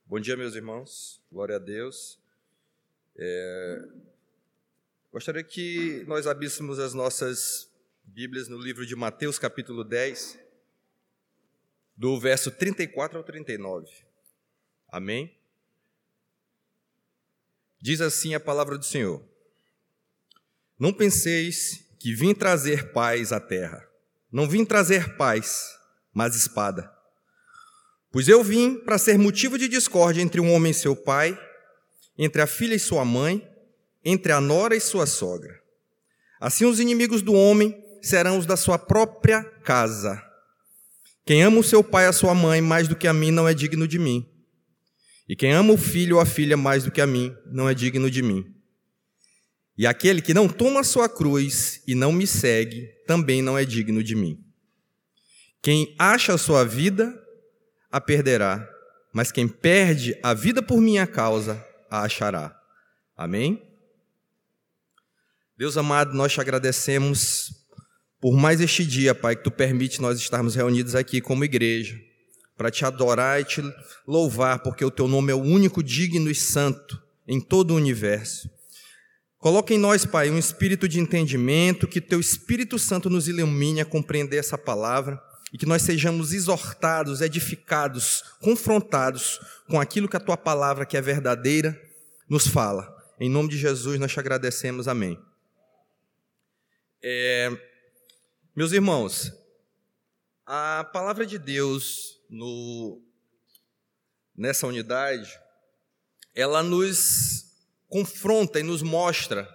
Bom dia, meus irmãos. Glória a Deus. Gostaria que nós abríssemos as nossas Bíblias no livro de Mateus, capítulo 10, do verso 34 ao 39. Amém? Diz assim a palavra do Senhor: Não penseis que vim trazer paz à terra. Não vim trazer paz, mas espada. Pois eu vim para ser motivo de discórdia entre um homem e seu pai, entre a filha e sua mãe, entre a nora e sua sogra. Assim os inimigos do homem serão os da sua própria casa. Quem ama o seu pai e a sua mãe mais do que a mim não é digno de mim. E quem ama o filho ou a filha mais do que a mim não é digno de mim. E aquele que não toma a sua cruz e não me segue também não é digno de mim. Quem acha a sua vida a perderá, mas quem perde a vida por minha causa, a achará. Amém? Deus amado, nós te agradecemos por mais este dia, Pai, que Tu permite nós estarmos reunidos aqui como igreja, para Te adorar e Te louvar, porque o Teu nome é o único digno e santo em todo o universo. Coloca em nós, Pai, um espírito de entendimento, que Teu Espírito Santo nos ilumine a compreender essa palavra, e que nós sejamos exortados, edificados, confrontados com aquilo que a Tua palavra, que é verdadeira, nos fala. Em nome de Jesus nós te agradecemos, amém. Meus irmãos, a palavra de Deus nessa unidade, ela nos confronta e nos mostra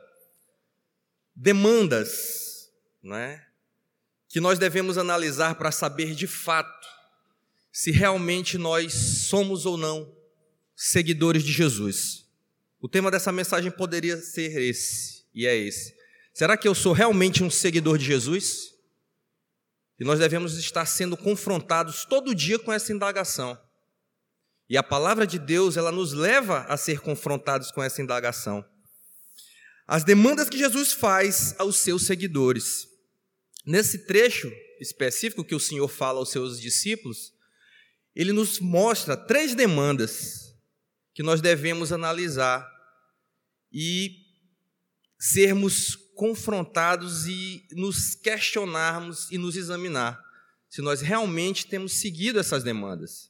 demandas, não é? Que nós devemos analisar para saber de fato se realmente nós somos ou não seguidores de Jesus. O tema dessa mensagem poderia ser esse, e é esse. Será que eu sou realmente um seguidor de Jesus? E nós devemos estar sendo confrontados todo dia com essa indagação. E a palavra de Deus, ela nos leva a ser confrontados com essa indagação. As demandas que Jesus faz aos seus seguidores. Nesse trecho específico que o Senhor fala aos seus discípulos, Ele nos mostra 3 demandas que nós devemos analisar e sermos confrontados e nos questionarmos e nos examinar se nós realmente temos seguido essas demandas.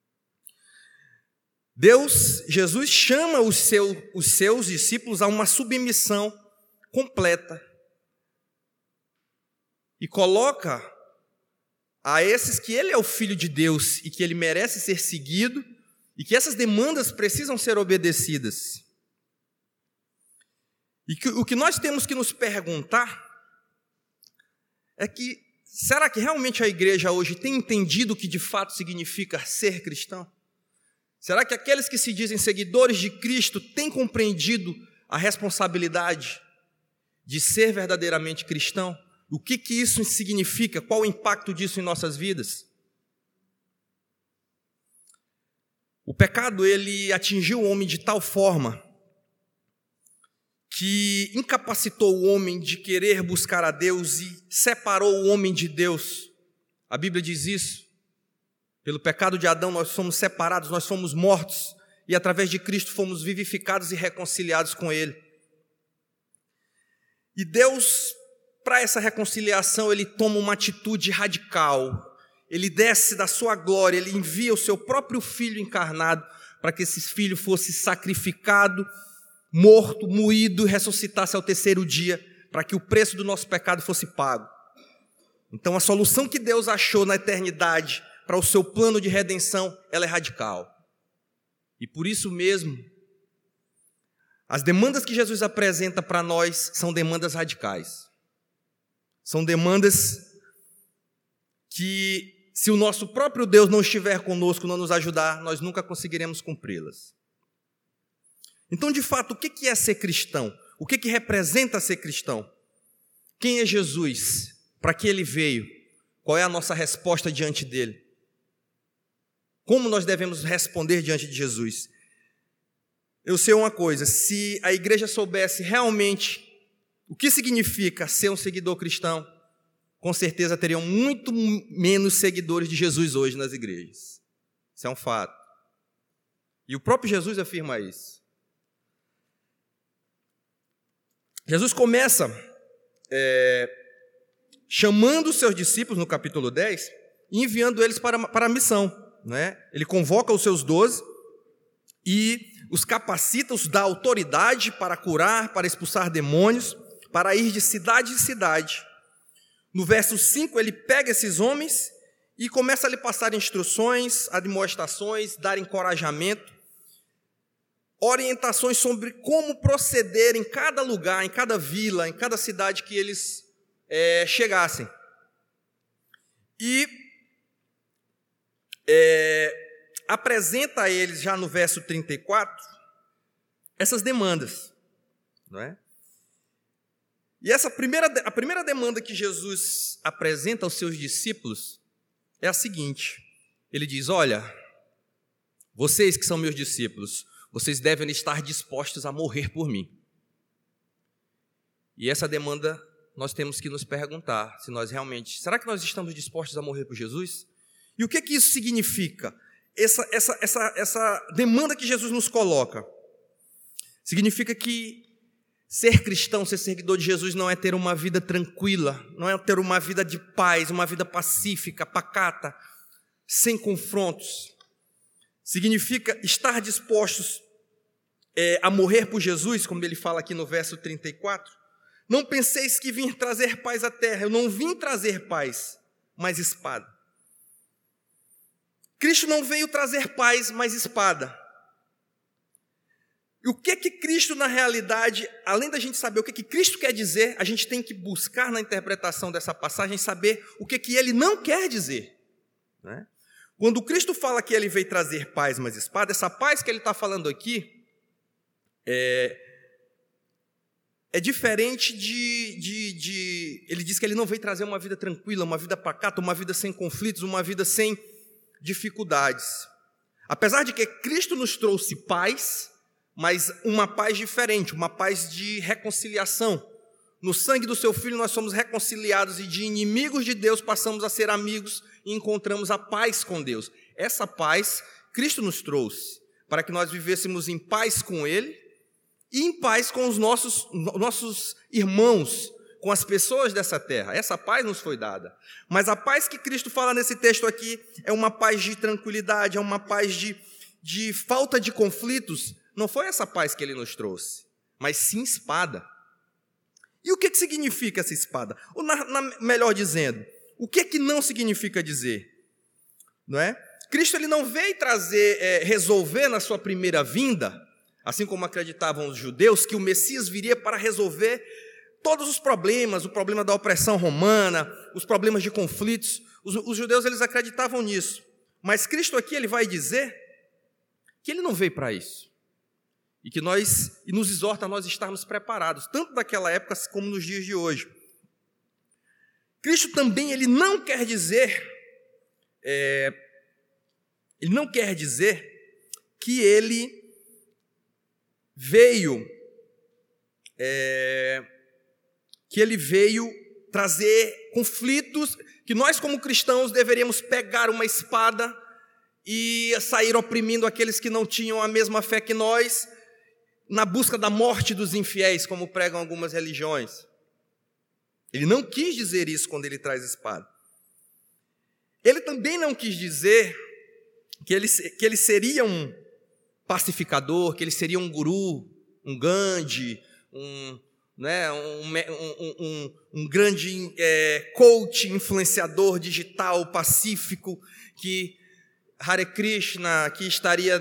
Jesus chama os seus discípulos a uma submissão completa e coloca a esses que Ele é o Filho de Deus e que Ele merece ser seguido e que essas demandas precisam ser obedecidas. E o que nós temos que nos perguntar é que, será que realmente a igreja hoje tem entendido o que de fato significa ser cristão? Será que aqueles que se dizem seguidores de Cristo têm compreendido a responsabilidade de ser verdadeiramente cristão? O que isso significa? Qual o impacto disso em nossas vidas? O pecado, ele atingiu o homem de tal forma que incapacitou o homem de querer buscar a Deus e separou o homem de Deus. A Bíblia diz isso. Pelo pecado de Adão nós somos separados, nós somos mortos e através de Cristo fomos vivificados e reconciliados com Ele. E Deus, para essa reconciliação, Ele toma uma atitude radical. Ele desce da sua glória, Ele envia o seu próprio Filho encarnado para que esse Filho fosse sacrificado, morto, moído e ressuscitasse ao 3º dia, para que o preço do nosso pecado fosse pago. Então a solução que Deus achou na eternidade para o seu plano de redenção, ela é radical. E por isso mesmo, as demandas que Jesus apresenta para nós são demandas radicais. São demandas que, se o nosso próprio Deus não estiver conosco, não nos ajudar, nós nunca conseguiremos cumpri-las. Então, de fato, o que é ser cristão? O que representa ser cristão? Quem é Jesus? Para que Ele veio? Qual é a nossa resposta diante dEle? Como nós devemos responder diante de Jesus? Eu sei uma coisa, se a igreja soubesse realmente o que significa ser um seguidor cristão, com certeza teriam muito menos seguidores de Jesus hoje nas igrejas. Isso é um fato. E o próprio Jesus afirma isso. Jesus começa chamando os seus discípulos no capítulo 10 e enviando eles para a missão, né? Ele convoca os seus 12 e os capacita, os dá autoridade para curar, para expulsar demônios, para ir de cidade em cidade. No verso 5, ele pega esses homens e começa a lhe passar instruções, admoestações, dar encorajamento, orientações sobre como proceder em cada lugar, em cada vila, em cada cidade que eles chegassem. E apresenta a eles, já no verso 34, essas demandas, não é? E a primeira demanda que Jesus apresenta aos seus discípulos é a seguinte: ele diz: olha, vocês que são meus discípulos, vocês devem estar dispostos a morrer por mim. E essa demanda nós temos que nos perguntar se nós realmente, será que nós estamos dispostos a morrer por Jesus? E o que isso significa? Essa demanda que Jesus nos coloca significa que ser cristão, ser seguidor de Jesus não é ter uma vida tranquila, não é ter uma vida de paz, uma vida pacífica, pacata, sem confrontos. Significa estar dispostos a morrer por Jesus, como ele fala aqui no verso 34. Não penseis que vim trazer paz à terra, eu não vim trazer paz, mas espada. Cristo não veio trazer paz, mas espada. E o que Cristo, na realidade, além da gente saber o que Cristo quer dizer, a gente tem que buscar na interpretação dessa passagem saber o que ele não quer dizer, né? Quando Cristo fala que ele veio trazer paz, mas espada, essa paz que ele está falando aqui é diferente ele diz que ele não veio trazer uma vida tranquila, uma vida pacata, uma vida sem conflitos, uma vida sem dificuldades. Apesar de que Cristo nos trouxe paz, mas uma paz diferente, uma paz de reconciliação. No sangue do seu Filho nós somos reconciliados e de inimigos de Deus passamos a ser amigos e encontramos a paz com Deus. Essa paz Cristo nos trouxe para que nós vivêssemos em paz com Ele e em paz com os nossos irmãos, com as pessoas dessa terra. Essa paz nos foi dada. Mas a paz que Cristo fala nesse texto aqui é uma paz de tranquilidade, é uma paz de falta de conflitos. Não foi essa paz que Ele nos trouxe, mas sim espada. E o que significa essa espada? Ou melhor dizendo, o que não significa dizer? Não é? Cristo ele não veio resolver na sua primeira vinda, assim como acreditavam os judeus, que o Messias viria para resolver todos os problemas, o problema da opressão romana, os problemas de conflitos. Os judeus eles acreditavam nisso. Mas Cristo aqui ele vai dizer que ele não veio para isso. E nos exorta a nós estarmos preparados, tanto naquela época como nos dias de hoje. Cristo também, ele não quer dizer que ele veio trazer conflitos, que nós como cristãos deveríamos pegar uma espada e sair oprimindo aqueles que não tinham a mesma fé que nós, na busca da morte dos infiéis, como pregam algumas religiões. Ele não quis dizer isso quando ele traz espada. Ele também não quis dizer que ele seria um pacificador, que ele seria um guru, um Gandhi, um grande coach, influenciador digital, pacífico, que Hare Krishna, que estaria,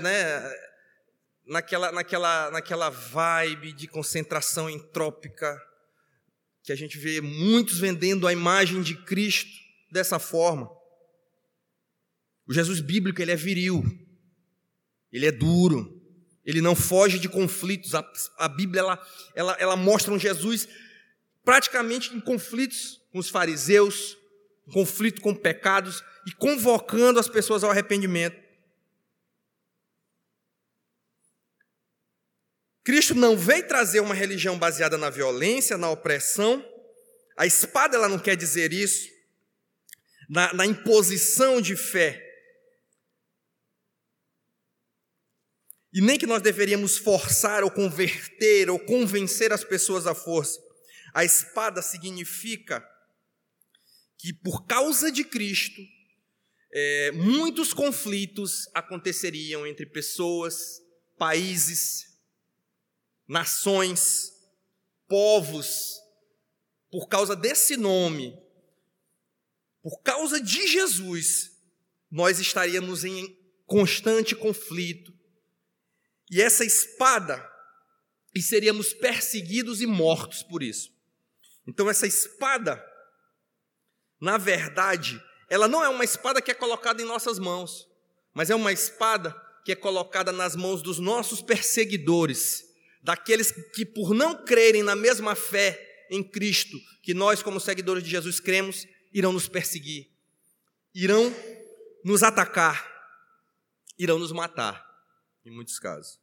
naquela vibe de concentração entrópica, que a gente vê muitos vendendo a imagem de Cristo dessa forma. O Jesus bíblico, ele é viril, ele é duro, ele não foge de conflitos. A Bíblia, ela mostra um Jesus praticamente em conflitos com os fariseus, em conflito com pecados e convocando as pessoas ao arrependimento. Cristo não veio trazer uma religião baseada na violência, na opressão. A espada ela não quer dizer isso, na imposição de fé. e nem que nós deveríamos forçar ou converter ou convencer as pessoas à força. A espada significa que por causa de Cristo, muitos conflitos aconteceriam entre pessoas, países, nações, povos. Por causa desse nome, por causa de Jesus, nós estaríamos em constante conflito. E essa espada, e seríamos perseguidos e mortos por isso. Então essa espada, na verdade, ela não é uma espada que é colocada em nossas mãos, mas é uma espada que é colocada nas mãos dos nossos perseguidores, daqueles que por não crerem na mesma fé em Cristo, que nós como seguidores de Jesus cremos, irão nos perseguir, irão nos atacar, irão nos matar, em muitos casos.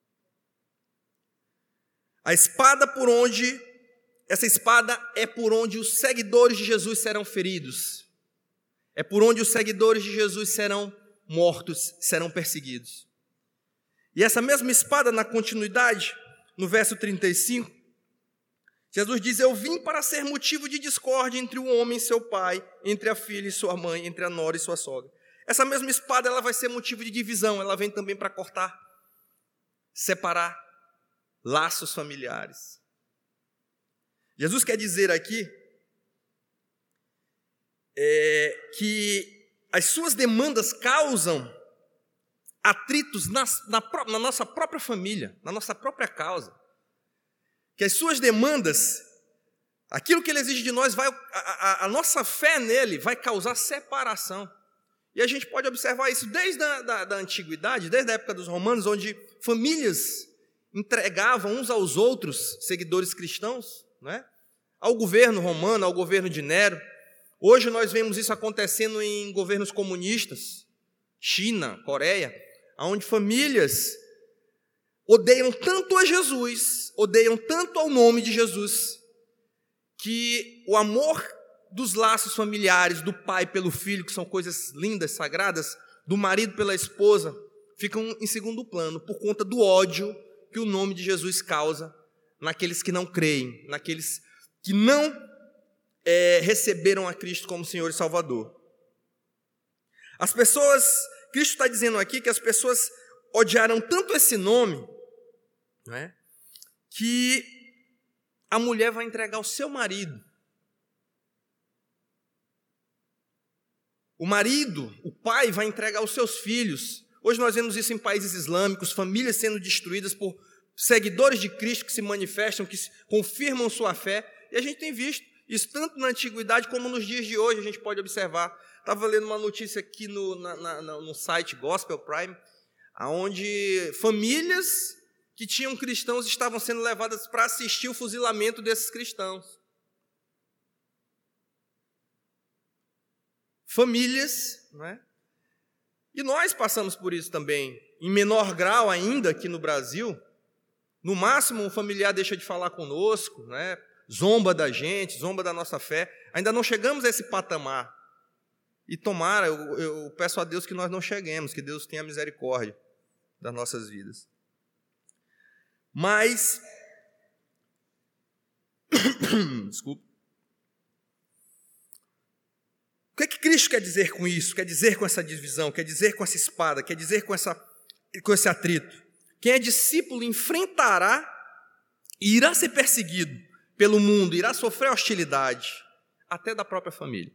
Essa espada é por onde os seguidores de Jesus serão feridos, é por onde os seguidores de Jesus serão mortos, serão perseguidos. E essa mesma espada, na continuidade, no verso 35, Jesus diz: eu vim para ser motivo de discórdia entre o homem e seu pai, entre a filha e sua mãe, entre a nora e sua sogra. Essa mesma espada, ela vai ser motivo de divisão, ela vem também para cortar, separar laços familiares. Jesus quer dizer aqui que as suas demandas causam atritos na nossa própria família, na nossa própria causa. Que as suas demandas, aquilo que ele exige de nós, a nossa fé nele vai causar separação. E a gente pode observar isso desde a antiguidade, desde a época dos romanos, onde famílias entregavam uns aos outros, seguidores cristãos, né, ao governo romano, ao governo de Nero. Hoje nós vemos isso acontecendo em governos comunistas, China, Coreia, onde famílias odeiam tanto a Jesus, odeiam tanto ao nome de Jesus, que o amor dos laços familiares, do pai pelo filho, que são coisas lindas, sagradas, do marido pela esposa, ficam em segundo plano, por conta do ódio que o nome de Jesus causa naqueles que não creem, naqueles que não receberam a Cristo como Senhor e Salvador. As pessoas, Cristo está dizendo aqui que as pessoas odiaram tanto esse nome, não é, que a mulher vai entregar o seu marido. O marido, o pai, vai entregar os seus filhos. Hoje nós vemos isso em países islâmicos, famílias sendo destruídas por seguidores de Cristo que se manifestam, que confirmam sua fé. E a gente tem visto isso tanto na antiguidade como nos dias de hoje, a gente pode observar. Estava lendo uma notícia aqui no site Gospel Prime, onde famílias que tinham cristãos estavam sendo levadas para assistir o fuzilamento desses cristãos. Famílias, não é? E nós passamos por isso também, em menor grau ainda aqui no Brasil. No máximo, um familiar deixa de falar conosco, né? Zomba da gente, zomba da nossa fé. Ainda não chegamos a esse patamar. E tomara, eu peço a Deus que nós não cheguemos, que Deus tenha misericórdia das nossas vidas. Mas, desculpa. O que Cristo quer dizer com isso? Quer dizer com essa divisão? Quer dizer com essa espada? Quer dizer com esse atrito? Quem é discípulo enfrentará e irá ser perseguido pelo mundo, irá sofrer hostilidade, até da própria família.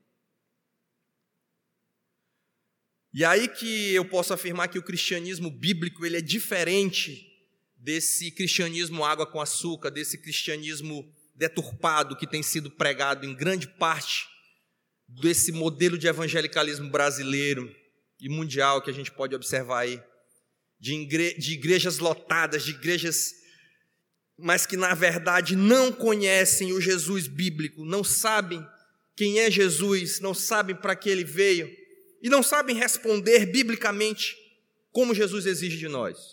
E aí que eu posso afirmar que o cristianismo bíblico ele é diferente desse cristianismo água com açúcar, desse cristianismo deturpado que tem sido pregado em grande parte desse modelo de evangelicalismo brasileiro e mundial que a gente pode observar aí, de igrejas lotadas, de igrejas, mas que na verdade não conhecem o Jesus bíblico, não sabem quem é Jesus, não sabem para que ele veio e não sabem responder biblicamente como Jesus exige de nós.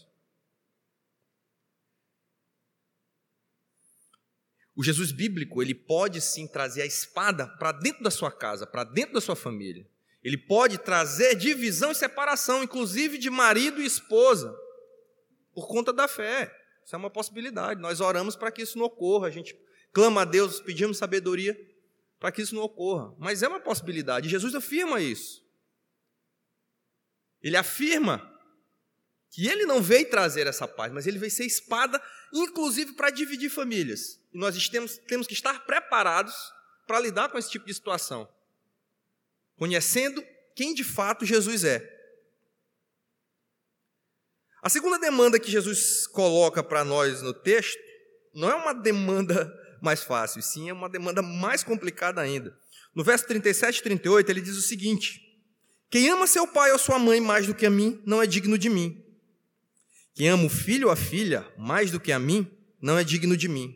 O Jesus bíblico, ele pode sim trazer a espada para dentro da sua casa, para dentro da sua família. Ele pode trazer divisão e separação, inclusive de marido e esposa. por conta da fé. Isso é uma possibilidade. Nós oramos para que isso não ocorra. A gente clama a Deus, pedimos sabedoria para que isso não ocorra. Mas é uma possibilidade. Jesus afirma isso. Ele afirma que ele não veio trazer essa paz, mas ele veio ser espada, inclusive para dividir famílias. E nós temos que estar preparados para lidar com esse tipo de situação, conhecendo quem de fato Jesus é. A segunda demanda que Jesus coloca para nós no texto não é uma demanda mais fácil, sim é uma demanda mais complicada ainda. No verso 37 e 38 ele diz o seguinte: quem ama seu pai ou sua mãe mais do que a mim, não é digno de mim. Quem ama o filho ou a filha mais do que a mim, não é digno de mim.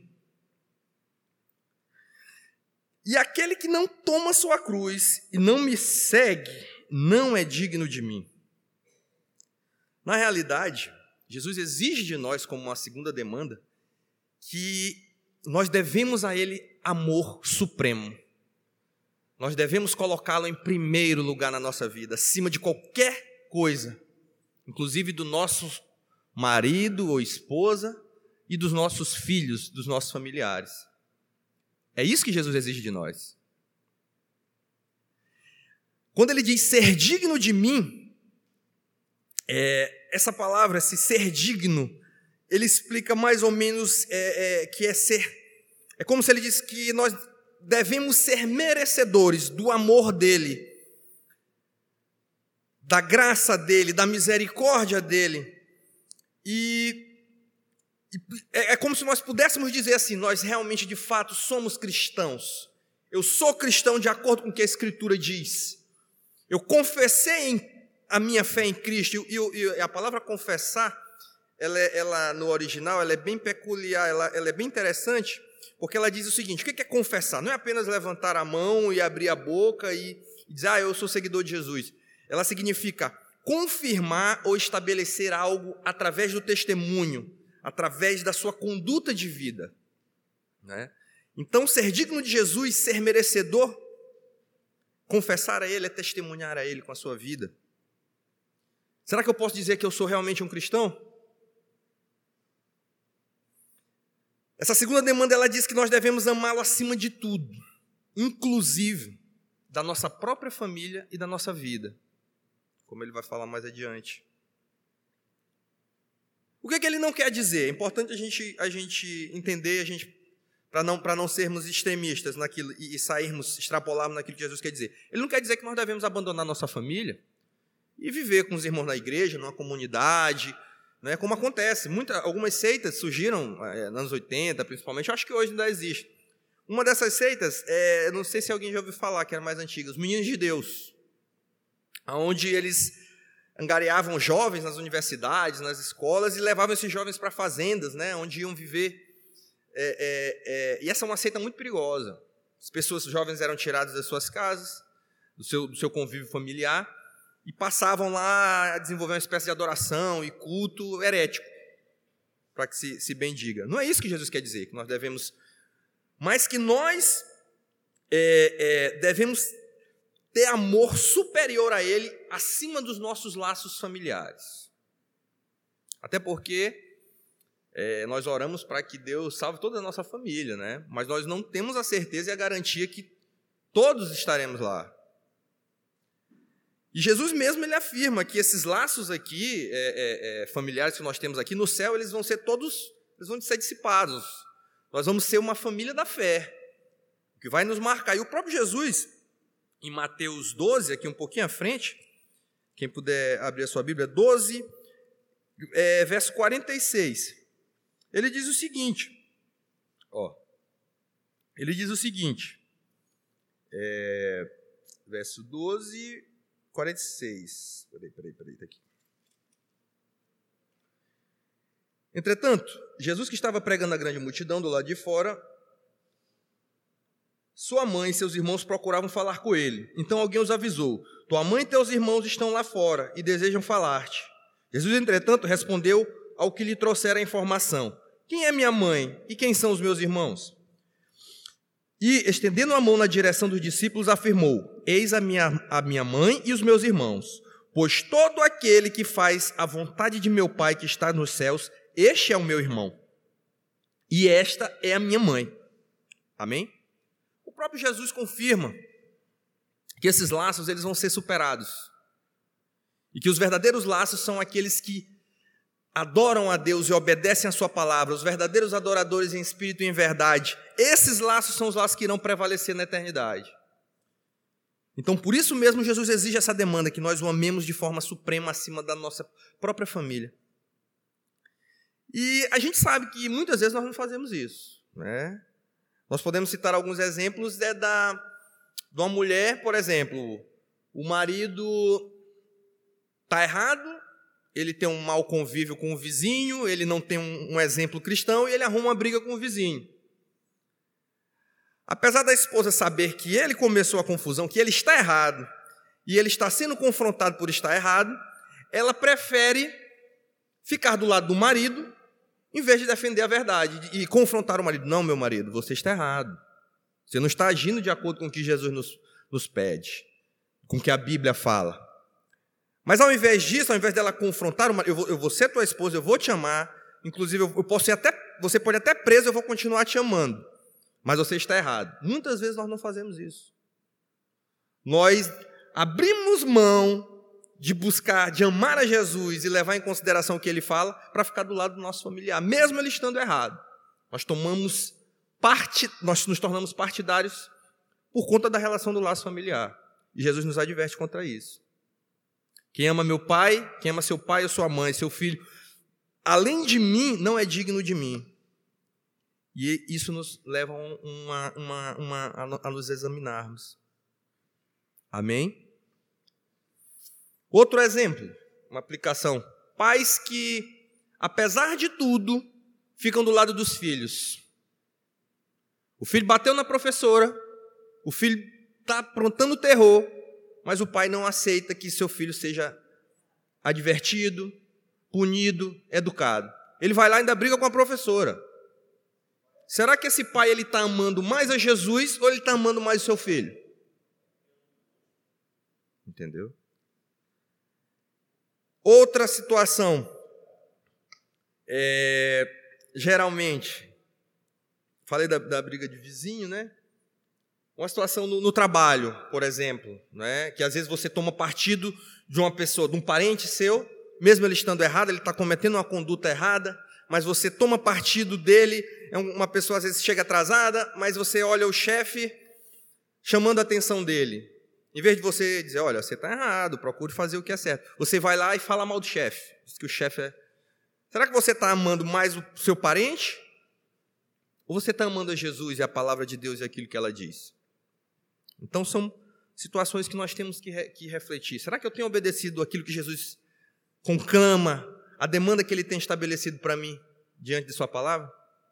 E aquele que não toma sua cruz e não me segue, não é digno de mim. Na realidade, Jesus exige de nós, como uma segunda demanda, que nós devemos a Ele amor supremo. Nós devemos colocá-lo em primeiro lugar na nossa vida, acima de qualquer coisa, inclusive do nosso marido ou esposa e dos nossos filhos, dos nossos familiares. É isso que Jesus exige de nós. Quando ele diz ser digno de mim, essa palavra, esse ser digno, ele explica mais ou menos que é ser. É como se ele diz que nós devemos ser merecedores do amor dele, da graça dele, da misericórdia dele. E é como se nós pudéssemos dizer assim: nós realmente, de fato, somos cristãos. Eu sou cristão de acordo com o que a Escritura diz. Eu confessei a minha fé em Cristo. E a palavra confessar, ela no original, ela é bem peculiar, ela é bem interessante, porque ela diz o seguinte: o que é confessar? Não é apenas levantar a mão e abrir a boca e dizer, eu sou seguidor de Jesus. Ela significa confirmar ou estabelecer algo através do testemunho, através da sua conduta de vida, né? Então, ser digno de Jesus, ser merecedor, confessar a Ele é testemunhar a Ele com a sua vida. Será que eu posso dizer que eu sou realmente um cristão? Essa segunda demanda, ela diz que nós devemos amá-lo acima de tudo, inclusive da nossa própria família e da nossa vida, como ele vai falar mais adiante. O que é que ele não quer dizer? É importante a gente entender, para não sermos extremistas naquilo e extrapolarmos naquilo que Jesus quer dizer. Ele não quer dizer que nós devemos abandonar nossa família e viver com os irmãos na igreja, numa comunidade, né, como acontece. Algumas seitas surgiram nos anos 80, principalmente, eu acho que hoje ainda existe. Uma dessas seitas, não sei se alguém já ouviu falar, que era mais antiga, os Meninos de Deus, onde eles angariavam jovens nas universidades, nas escolas, e levavam esses jovens para fazendas, né, onde iam viver. E essa é uma seita muito perigosa. Os jovens eram tirados das suas casas, do seu convívio familiar, e passavam lá a desenvolver uma espécie de adoração e culto herético, para que se bendiga. Não é isso que Jesus quer dizer, que nós devemos, mas que nós devemos ter amor superior a Ele, acima dos nossos laços familiares. Até porque nós oramos para que Deus salve toda a nossa família, né? Mas nós não temos a certeza e a garantia que todos estaremos lá. E Jesus mesmo, ele afirma que esses laços aqui, familiares que nós temos aqui, no céu, eles vão ser dissipados. Nós vamos ser uma família da fé, o que vai nos marcar. E o próprio Jesus, em Mateus 12, aqui um pouquinho à frente, quem puder abrir a sua Bíblia, 12, verso 46, ele diz o seguinte, verso 12... 46. Peraí, tá aqui. Entretanto, Jesus, que estava pregando a grande multidão do lado de fora, sua mãe e seus irmãos procuravam falar com ele. Então alguém os avisou: tua mãe e teus irmãos estão lá fora e desejam falar-te. Jesus, entretanto, respondeu ao que lhe trouxera a informação: quem é minha mãe e quem são os meus irmãos? E, estendendo a mão na direção dos discípulos, afirmou: eis a minha mãe e os meus irmãos, Pois todo aquele que faz a vontade de meu Pai que está nos céus, este é o meu irmão. E esta é a minha mãe. Amém? O próprio Jesus confirma que esses laços eles vão ser superados. E que os verdadeiros laços são aqueles que adoram a Deus e obedecem a sua palavra, os verdadeiros adoradores em espírito e em verdade. Esses laços são os laços que irão prevalecer na eternidade. Então, por isso mesmo, Jesus exige essa demanda, que nós o amemos de forma suprema acima da nossa própria família. E a gente sabe que muitas vezes nós não fazemos isso, né? Nós podemos citar alguns exemplos de uma mulher, por exemplo, o marido está errado, ele tem um mau convívio com o vizinho, ele não tem um exemplo cristão e ele arruma uma briga com o vizinho. Apesar da esposa saber que ele começou a confusão, que ele está errado, e ele está sendo confrontado por estar errado, ela prefere ficar do lado do marido, em vez de defender a verdade e confrontar o marido. Não, meu marido, você está errado. Você não está agindo de acordo com o que Jesus nos pede, com o que a Bíblia fala. Mas ao invés disso, ao invés dela confrontar o marido, eu vou ser tua esposa, eu vou te amar, inclusive você pode até preso, eu vou continuar te amando. Mas você está errado. Muitas vezes nós não fazemos isso. Nós abrimos mão de buscar, de amar a Jesus e levar em consideração o que ele fala para ficar do lado do nosso familiar, mesmo ele estando errado. Nós nos tornamos partidários por conta da relação do laço familiar. E Jesus nos adverte contra isso. Quem ama meu pai, quem ama seu pai ou sua mãe, seu filho, além de mim, não é digno de mim. E isso nos leva a nos examinarmos. Amém? Outro exemplo, uma aplicação. Pais que, apesar de tudo, ficam do lado dos filhos. O filho bateu na professora, o filho está aprontando terror, mas o pai não aceita que seu filho seja advertido, punido, educado. Ele vai lá e ainda briga com a professora. Será que esse pai está amando mais a Jesus ou ele está amando mais o seu filho? Entendeu? Outra situação, geralmente, falei da briga de vizinho, né? Uma situação no trabalho, por exemplo, né? Que às vezes você toma partido de uma pessoa, de um parente seu, mesmo ele estando errado, ele está cometendo uma conduta errada, mas você toma partido dele, uma pessoa às vezes chega atrasada, mas você olha o chefe chamando a atenção dele. Em vez de você dizer, olha, você está errado, procure fazer o que é certo. Você vai lá e fala mal do chefe. Diz que o chefe é... Será que você está amando mais o seu parente? Ou você está amando a Jesus e a palavra de Deus e aquilo que ela diz? Então são situações que nós temos que refletir. Será que eu tenho obedecido aquilo que Jesus conclama, a demanda que ele tem estabelecido para mim diante de sua palavra?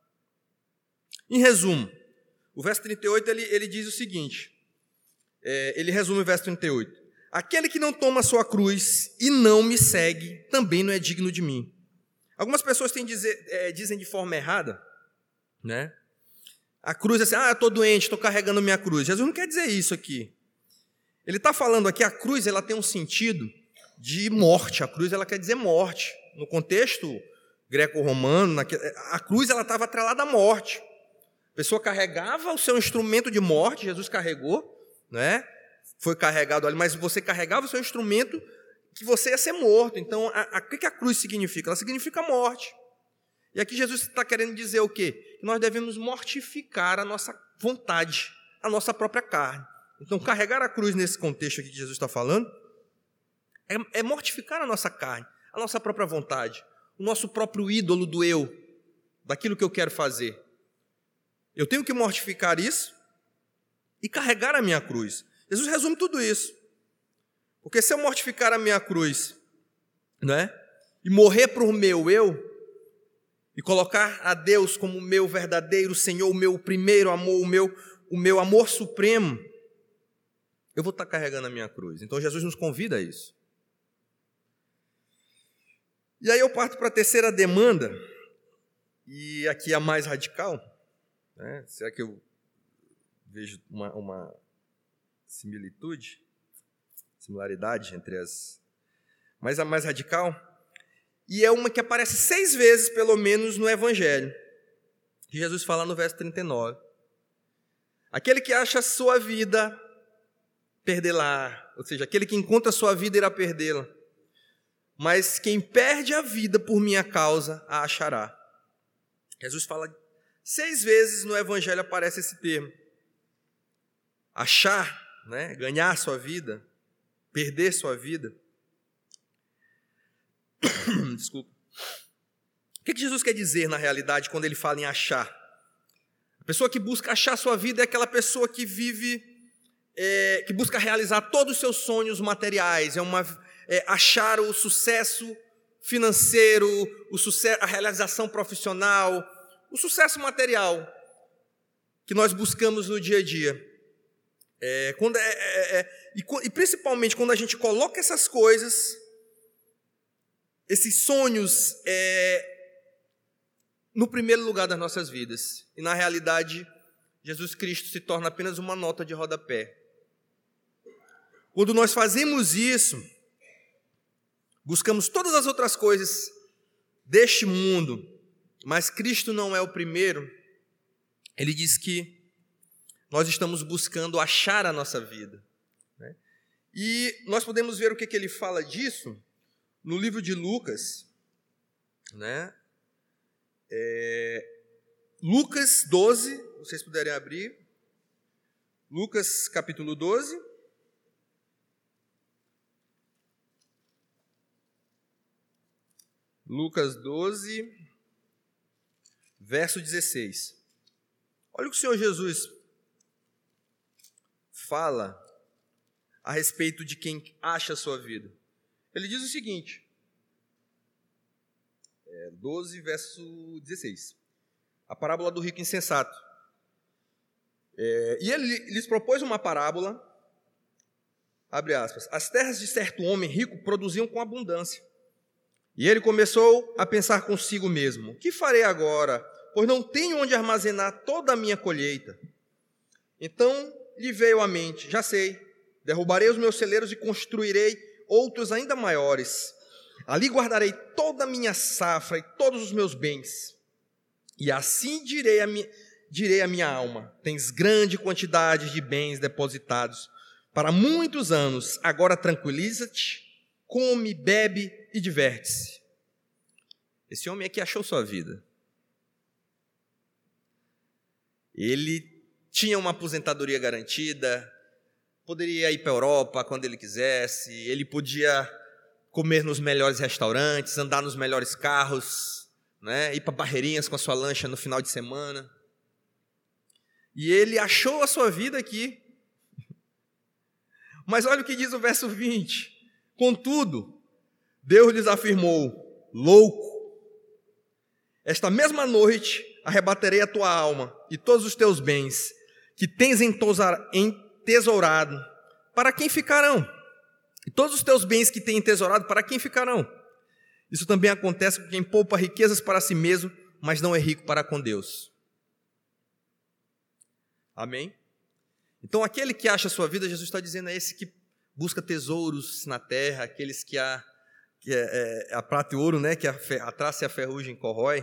Em resumo, o verso 38 ele diz o seguinte... ele resume o verso 38. Aquele que não toma a sua cruz e não me segue, também não é digno de mim. Algumas pessoas dizem de forma errada, né? A cruz é assim, eu estou doente, estou carregando minha cruz. Jesus não quer dizer isso aqui. Ele está falando aqui, a cruz ela tem um sentido de morte. A cruz ela quer dizer morte. No contexto greco-romano, a cruz ela estava atrelada à morte. A pessoa carregava o seu instrumento de morte, Jesus carregou, né? Foi carregado ali, mas você carregava o seu instrumento que você ia ser morto. Então, o que a cruz significa? Ela significa morte. E aqui Jesus está querendo dizer o quê? Que nós devemos mortificar a nossa vontade, a nossa própria carne. Então, carregar a cruz nesse contexto aqui que Jesus está falando é mortificar a nossa carne, a nossa própria vontade, o nosso próprio ídolo do eu, daquilo que eu quero fazer. Eu tenho que mortificar isso e carregar a minha cruz. Jesus resume tudo isso. Porque se eu mortificar a minha cruz, né, e morrer para o meu eu, e colocar a Deus como o meu verdadeiro Senhor, o meu primeiro amor, o meu amor supremo, eu vou estar carregando a minha cruz. Então Jesus nos convida a isso. E aí eu parto para a terceira demanda, e aqui a mais radical, né? Será que eu vejo uma similaridade entre as mas a mais radical, e é uma que aparece 6 vezes, pelo menos, no Evangelho. Que Jesus fala no verso 39. Aquele que acha a sua vida, perdê-la. Ou seja, aquele que encontra a sua vida, irá perdê-la. Mas quem perde a vida por minha causa, a achará. Jesus fala 6 vezes no Evangelho aparece esse termo. Achar, né? Ganhar sua vida, perder sua vida. Desculpa. O que Jesus quer dizer, na realidade, quando ele fala em achar? A pessoa que busca achar sua vida é aquela pessoa que vive, que busca realizar todos os seus sonhos materiais, achar o sucesso financeiro, a realização profissional, o sucesso material que nós buscamos no dia a dia. E principalmente quando a gente coloca essas coisas, esses sonhos, no primeiro lugar das nossas vidas. E na realidade, Jesus Cristo se torna apenas uma nota de rodapé. Quando nós fazemos isso, buscamos todas as outras coisas deste mundo, mas Cristo não é o primeiro. Ele diz que nós estamos buscando achar a nossa vida, né? E nós podemos ver o que ele fala disso no livro de Lucas, né? Lucas 12, vocês puderem abrir. Lucas capítulo 12. Lucas 12, verso 16. Olha o que o Senhor Jesus fala a respeito de quem acha a sua vida. Ele diz o seguinte, 12, verso 16. A parábola do rico insensato. E ele lhes propôs uma parábola, abre aspas, as terras de certo homem rico produziam com abundância. E ele começou a pensar consigo mesmo, que farei agora, pois não tenho onde armazenar toda a minha colheita. Então lhe veio à mente, já sei, derrubarei os meus celeiros e construirei outros ainda maiores. Ali guardarei toda a minha safra e todos os meus bens. E assim direi à minha alma, tens grande quantidade de bens depositados para muitos anos, agora tranquiliza-te, come, bebe e diverte-se. Esse homem aqui achou sua vida. Ele tinha uma aposentadoria garantida, poderia ir para a Europa quando ele quisesse, ele podia comer nos melhores restaurantes, andar nos melhores carros, né? Ir para Barreirinhas com a sua lancha no final de semana. E ele achou a sua vida aqui. Mas olha o que diz o verso 20. Contudo, Deus lhes afirmou, louco, esta mesma noite arrebatarei a tua alma e todos os teus bens que tens entesourado, para quem ficarão? E todos os teus bens que tens entesourado, para quem ficarão? Isso também acontece com quem poupa riquezas para si mesmo, mas não é rico para com Deus. Amém? Então aquele que acha a sua vida, Jesus está dizendo, é esse que busca tesouros na terra, aqueles que a prata e ouro, né, que a traça e a ferrugem corrói.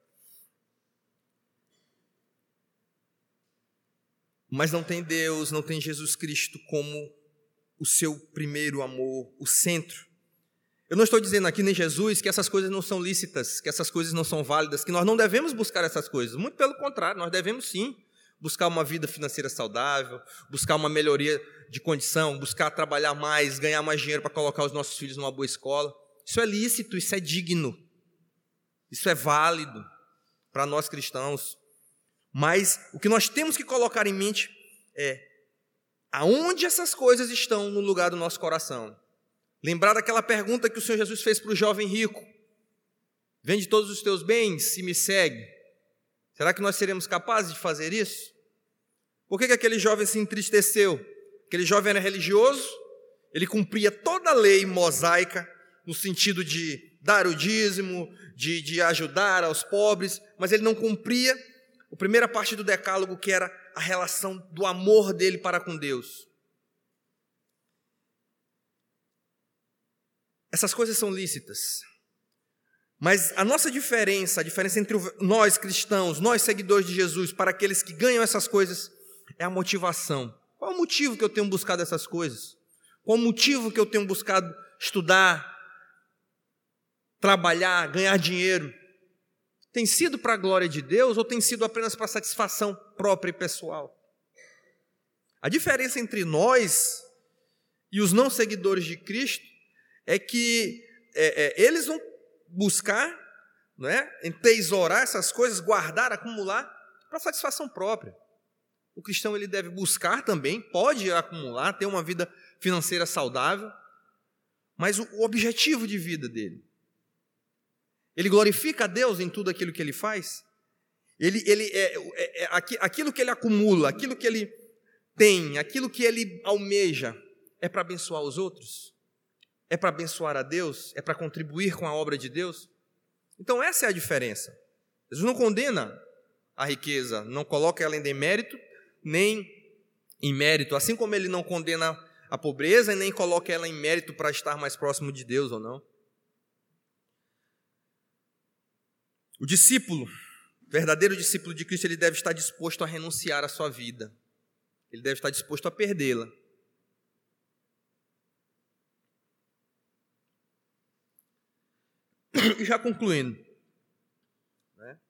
Mas não tem Deus, não tem Jesus Cristo como o seu primeiro amor, o centro. Eu não estou dizendo aqui, nem Jesus, que essas coisas não são lícitas, que essas coisas não são válidas, que nós não devemos buscar essas coisas. Muito pelo contrário, nós devemos sim buscar uma vida financeira saudável, buscar uma melhoria de condição, buscar trabalhar mais, ganhar mais dinheiro para colocar os nossos filhos numa boa escola. Isso é lícito, isso é digno, isso é válido para nós cristãos. Mas o que nós temos que colocar em mente é aonde essas coisas estão no lugar do nosso coração. Lembrar daquela pergunta que o Senhor Jesus fez para o jovem rico. Vende todos os teus bens e me segue. Será que nós seremos capazes de fazer isso? Por que aquele jovem se entristeceu? Aquele jovem era religioso, ele cumpria toda a lei mosaica, no sentido de dar o dízimo, de ajudar aos pobres, mas ele não cumpria a primeira parte do decálogo, que era a relação do amor dele para com Deus. essas coisas são lícitas. Mas a nossa diferença, a diferença entre nós cristãos, nós seguidores de Jesus, para aqueles que ganham essas coisas, é a motivação. Qual é o motivo que eu tenho buscado essas coisas? Qual é o motivo que eu tenho buscado estudar, trabalhar, ganhar dinheiro? Tem sido para a glória de Deus ou tem sido apenas para satisfação própria e pessoal? A diferença entre nós e os não seguidores de Cristo é que eles vão buscar, não é? Entesourar essas coisas, guardar, acumular para satisfação própria. O cristão ele deve buscar também, pode acumular, ter uma vida financeira saudável, mas o objetivo de vida dele, ele glorifica a Deus em tudo aquilo que ele faz? Aquilo que ele acumula, aquilo que ele tem, aquilo que ele almeja, é para abençoar os outros? É para abençoar a Deus? É para contribuir com a obra de Deus? Então essa é a diferença. Jesus não condena a riqueza, não coloca ela em demérito, nem em mérito, assim como ele não condena a pobreza e nem coloca ela em mérito para estar mais próximo de Deus ou não. O discípulo, verdadeiro discípulo de Cristo, ele deve estar disposto a renunciar à sua vida. Ele deve estar disposto a perdê-la. E já concluindo, né?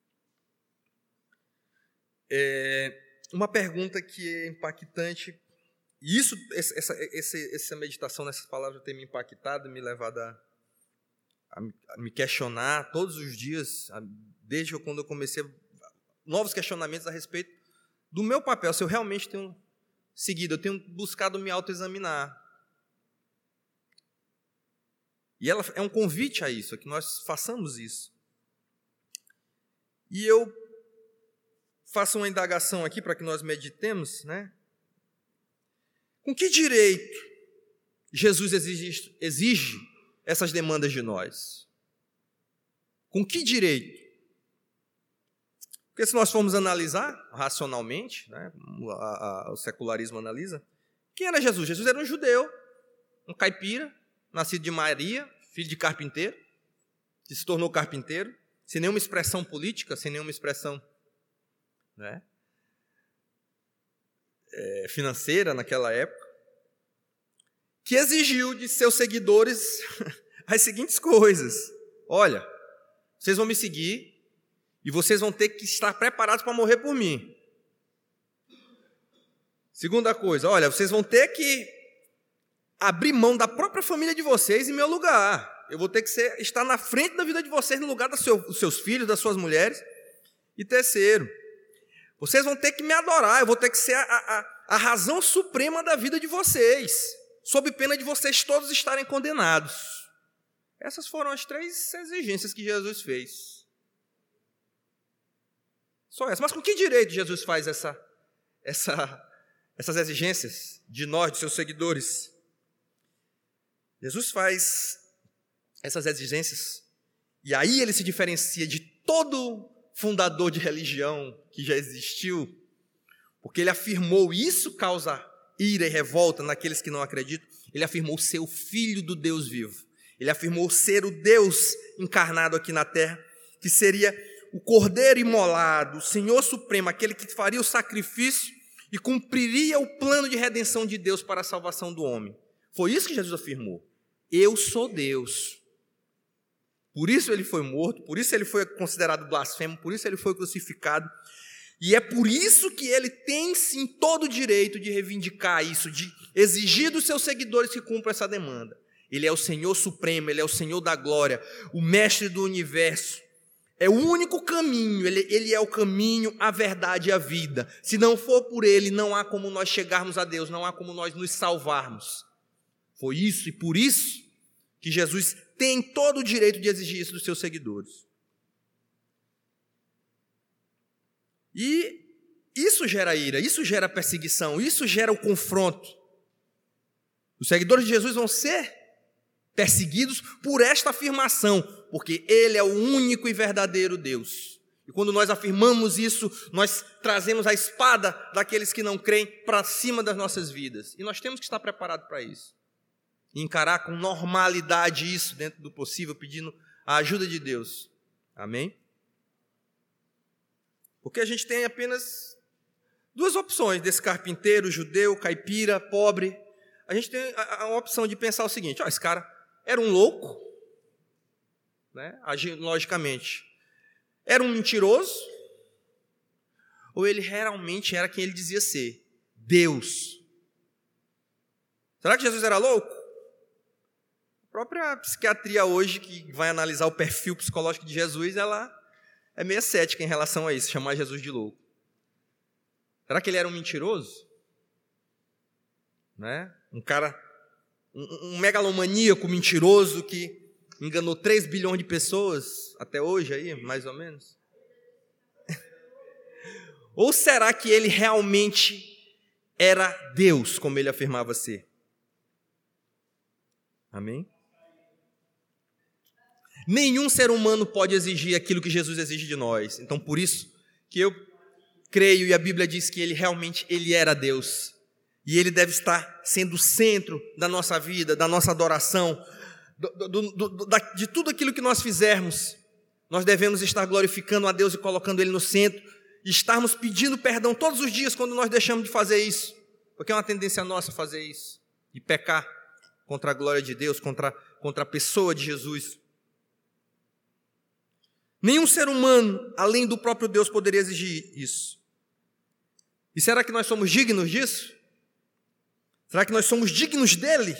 Uma pergunta que é impactante, e essa meditação nessas palavras tem me impactado, me levado a me questionar todos os dias, desde quando eu comecei, novos questionamentos a respeito do meu papel, se eu realmente tenho seguido, eu tenho buscado me autoexaminar. E ela é um convite a isso, a que nós façamos isso. E eu faço uma indagação aqui para que nós meditemos, né? Com que direito Jesus exige essas demandas de nós? Com que direito? Porque se nós formos analisar racionalmente, né, o secularismo analisa, quem era Jesus? Jesus era um judeu, um caipira, nascido de Maria, filho de carpinteiro, que se tornou carpinteiro, sem nenhuma expressão política, sem nenhuma expressão, né, financeira naquela época, que exigiu de seus seguidores as seguintes coisas: olha, vocês vão me seguir e vocês vão ter que estar preparados para morrer por mim. Segunda coisa, olha, vocês vão ter que abrir mão da própria família de vocês em meu lugar. Eu vou ter que estar na frente da vida de vocês, no lugar dos seus filhos, das suas mulheres. E terceiro, vocês vão ter que me adorar, eu vou ter que ser a razão suprema da vida de vocês, sob pena de vocês todos estarem condenados. Essas foram as 3 exigências que Jesus fez. Só essa. Mas com que direito Jesus faz essas exigências de nós, de seus seguidores? Jesus faz essas exigências e aí ele se diferencia de todo fundador de religião que já existiu, porque ele afirmou, e isso causa ira e revolta naqueles que não acreditam, ele afirmou ser o Filho do Deus vivo. Ele afirmou ser o Deus encarnado aqui na terra, que seria o Cordeiro imolado, o Senhor Supremo, aquele que faria o sacrifício e cumpriria o plano de redenção de Deus para a salvação do homem. Foi isso que Jesus afirmou. Eu sou Deus. Por isso ele foi morto, por isso ele foi considerado blasfemo, por isso ele foi crucificado. E é por isso que ele tem sim todo o direito de reivindicar isso, de exigir dos seus seguidores que cumpram essa demanda. Ele é o Senhor Supremo, ele é o Senhor da glória, o Mestre do universo. É o único caminho, ele é o caminho, a verdade e a vida. Se não for por ele, não há como nós chegarmos a Deus, não há como nós nos salvarmos. Foi isso e por isso que Jesus tem todo o direito de exigir isso dos seus seguidores. E isso gera ira, isso gera perseguição, isso gera o confronto. Os seguidores de Jesus vão ser perseguidos por esta afirmação, porque ele é o único e verdadeiro Deus. E quando nós afirmamos isso, nós trazemos a espada daqueles que não creem para cima das nossas vidas. E nós temos que estar preparados para isso. e encarar com normalidade isso dentro do possível, pedindo a ajuda de Deus. Amém? Porque a gente tem apenas duas opções desse carpinteiro, judeu, caipira, pobre. A gente tem a opção de pensar o seguinte: esse cara era um louco, né, agindo logicamente. Era um mentiroso, ou ele realmente era quem ele dizia ser, Deus? Será que Jesus era louco? A própria psiquiatria hoje, que vai analisar o perfil psicológico de Jesus, ela é meio cética em relação a isso, chamar Jesus de louco. Será que ele era um mentiroso? Né? Um cara, um megalomaníaco mentiroso que enganou 3 bilhões de pessoas até hoje, aí, mais ou menos? Ou será que ele realmente era Deus, como ele afirmava ser? Amém? Nenhum ser humano pode exigir aquilo que Jesus exige de nós. Então, por isso que eu creio, e a Bíblia diz que ele era Deus. E ele deve estar sendo o centro da nossa vida, da nossa adoração, de tudo aquilo que nós fizermos. Nós devemos estar glorificando a Deus e colocando Ele no centro, e estarmos pedindo perdão todos os dias quando nós deixamos de fazer isso, porque é uma tendência nossa fazer isso, e pecar contra a glória de Deus, contra a pessoa de Jesus. Nenhum ser humano, além do próprio Deus, poderia exigir isso. E será que nós somos dignos disso? Será que nós somos dignos dele?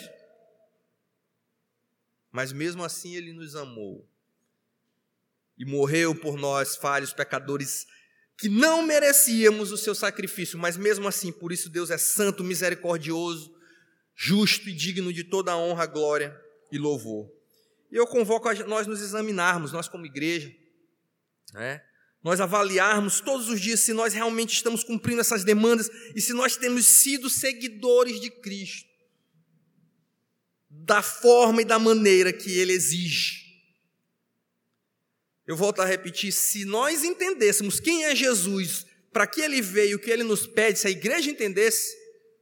Mas mesmo assim ele nos amou e morreu por nós, falhos, pecadores, que não merecíamos o seu sacrifício, mas mesmo assim, por isso Deus é santo, misericordioso, justo e digno de toda a honra, glória e louvor. E eu convoco a nós nos examinarmos, nós como igreja, nós avaliarmos todos os dias se nós realmente estamos cumprindo essas demandas e se nós temos sido seguidores de Cristo, da forma e da maneira que Ele exige. Eu volto a repetir, se nós entendêssemos quem é Jesus, para que Ele veio, o que Ele nos pede, se a igreja entendesse,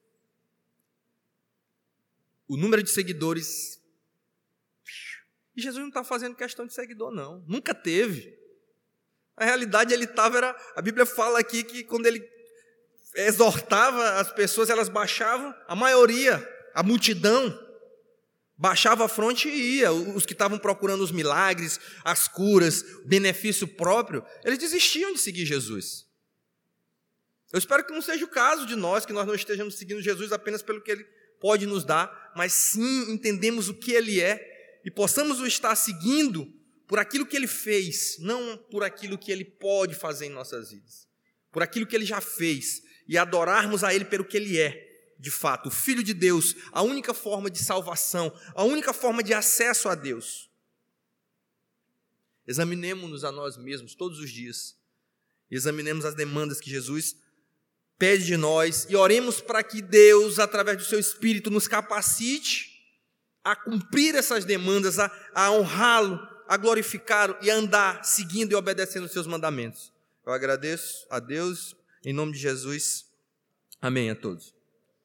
o número de seguidores... E Jesus não está fazendo questão de seguidor, não. Nunca teve. Na realidade, ele estava... A Bíblia fala aqui que quando ele exortava as pessoas, elas baixavam, a maioria, a multidão, baixava a fronte e ia. Os que estavam procurando os milagres, as curas, benefício próprio, eles desistiam de seguir Jesus. Eu espero que não seja o caso de nós, que nós não estejamos seguindo Jesus apenas pelo que Ele pode nos dar, mas sim entendemos o que Ele é e possamos o estar seguindo por aquilo que Ele fez, não por aquilo que Ele pode fazer em nossas vidas, por aquilo que Ele já fez, e adorarmos a Ele pelo que Ele é, de fato, o Filho de Deus, a única forma de salvação, a única forma de acesso a Deus. Examinemos-nos a nós mesmos todos os dias, examinemos as demandas que Jesus pede de nós e oremos para que Deus, através do seu Espírito, nos capacite a cumprir essas demandas, a honrá-lo, a glorificá-lo e a andar seguindo e obedecendo os seus mandamentos. Eu agradeço a Deus, em nome de Jesus. Amém a todos.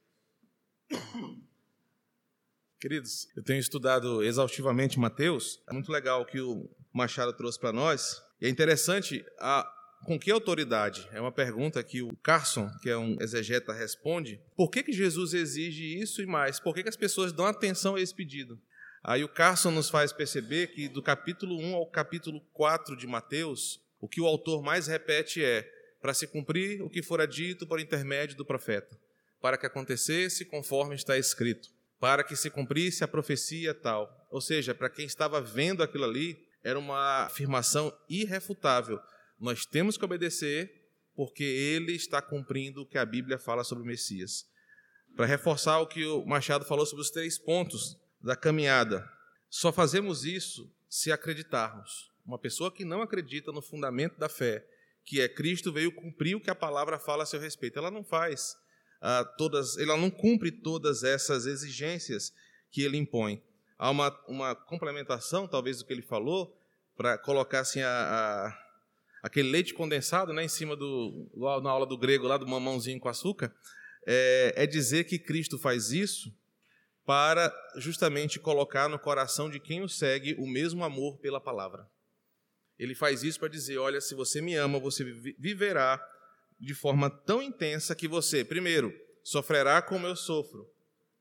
Queridos, eu tenho estudado exaustivamente Mateus. É muito legal o que o Machado trouxe para nós. E é interessante, com que autoridade? É uma pergunta que o Carson, que é um exegeta, responde. Por que Jesus exige isso e mais? Por que as pessoas dão atenção a esse pedido? Aí o Carson nos faz perceber que do capítulo 1 ao capítulo 4 de Mateus, o que o autor mais repete é: para se cumprir o que fora dito por intermédio do profeta, para que acontecesse conforme está escrito, para que se cumprisse a profecia tal. Ou seja, para quem estava vendo aquilo ali, era uma afirmação irrefutável. Nós temos que obedecer porque ele está cumprindo o que a Bíblia fala sobre o Messias. Para reforçar o que o Machado falou sobre os 3 pontos da caminhada, só fazemos isso se acreditarmos. Uma pessoa que não acredita no fundamento da fé, que é Cristo veio cumprir o que a palavra fala a seu respeito, ela não faz ela não cumpre todas essas exigências que ele impõe. Há uma complementação, talvez, do que ele falou, para colocar assim aquele leite condensado, né, em cima na aula do grego, lá do mamãozinho com açúcar, é dizer que Cristo faz isso para justamente colocar no coração de quem o segue o mesmo amor pela palavra. Ele faz isso para dizer, olha, se você me ama, você viverá de forma tão intensa que você, primeiro, sofrerá como eu sofro.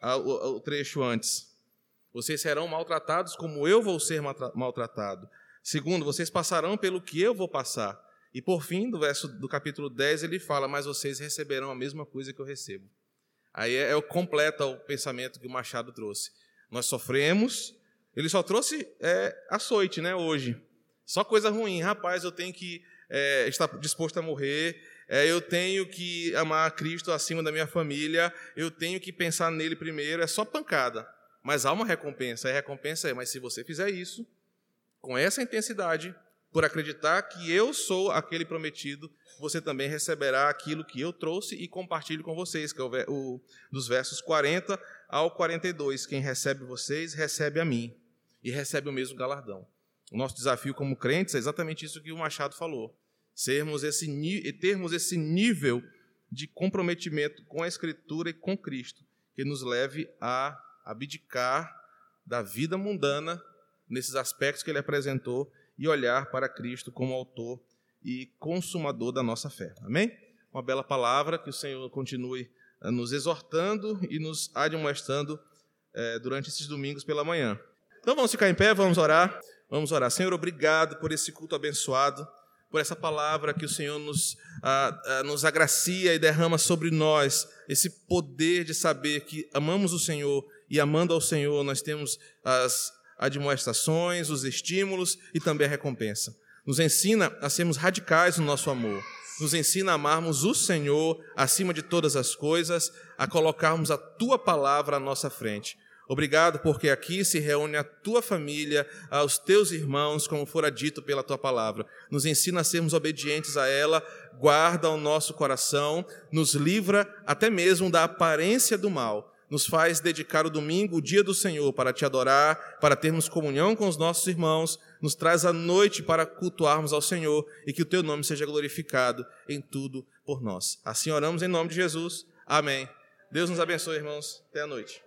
O trecho antes. Vocês serão maltratados como eu vou ser maltratado. Segundo, vocês passarão pelo que eu vou passar. E por fim, do capítulo 10, ele fala, mas vocês receberão a mesma coisa que eu recebo. Aí completa o pensamento que o Machado trouxe. Nós sofremos, ele só trouxe açoite, né, hoje. Só coisa ruim. Rapaz, eu tenho que estar disposto a morrer, eu tenho que amar Cristo acima da minha família, eu tenho que pensar nele primeiro, é só pancada. Mas há uma recompensa, e a recompensa mas se você fizer isso, com essa intensidade, por acreditar que eu sou aquele prometido, você também receberá aquilo que eu trouxe e compartilho com vocês, que é dos versos 40 ao 42. Quem recebe vocês, recebe a mim, e recebe o mesmo galardão. O nosso desafio como crentes é exatamente isso que o Machado falou. Termos esse nível de comprometimento com a Escritura e com Cristo, que nos leve a abdicar da vida mundana nesses aspectos que ele apresentou e olhar para Cristo como autor e consumador da nossa fé. Amém? Uma bela palavra, que o Senhor continue nos exortando e nos admoestando durante esses domingos pela manhã. Então vamos ficar em pé, vamos orar. Vamos orar. Senhor, obrigado por esse culto abençoado, por essa palavra que o Senhor nos agracia e derrama sobre nós, esse poder de saber que amamos o Senhor e, amando ao Senhor, nós temos as admoestações, os estímulos e também a recompensa. Nos ensina a sermos radicais no nosso amor. Nos ensina a amarmos o Senhor acima de todas as coisas, a colocarmos a Tua palavra à nossa frente. Obrigado porque aqui se reúne a Tua família, aos Teus irmãos, como fora dito pela Tua palavra. Nos ensina a sermos obedientes a ela, guarda o nosso coração, nos livra até mesmo da aparência do mal. Nos faz dedicar o domingo, o dia do Senhor, para Te adorar, para termos comunhão com os nossos irmãos, nos traz a noite para cultuarmos ao Senhor e que o Teu nome seja glorificado em tudo por nós. Assim oramos em nome de Jesus. Amém. Deus nos abençoe, irmãos. Até a noite.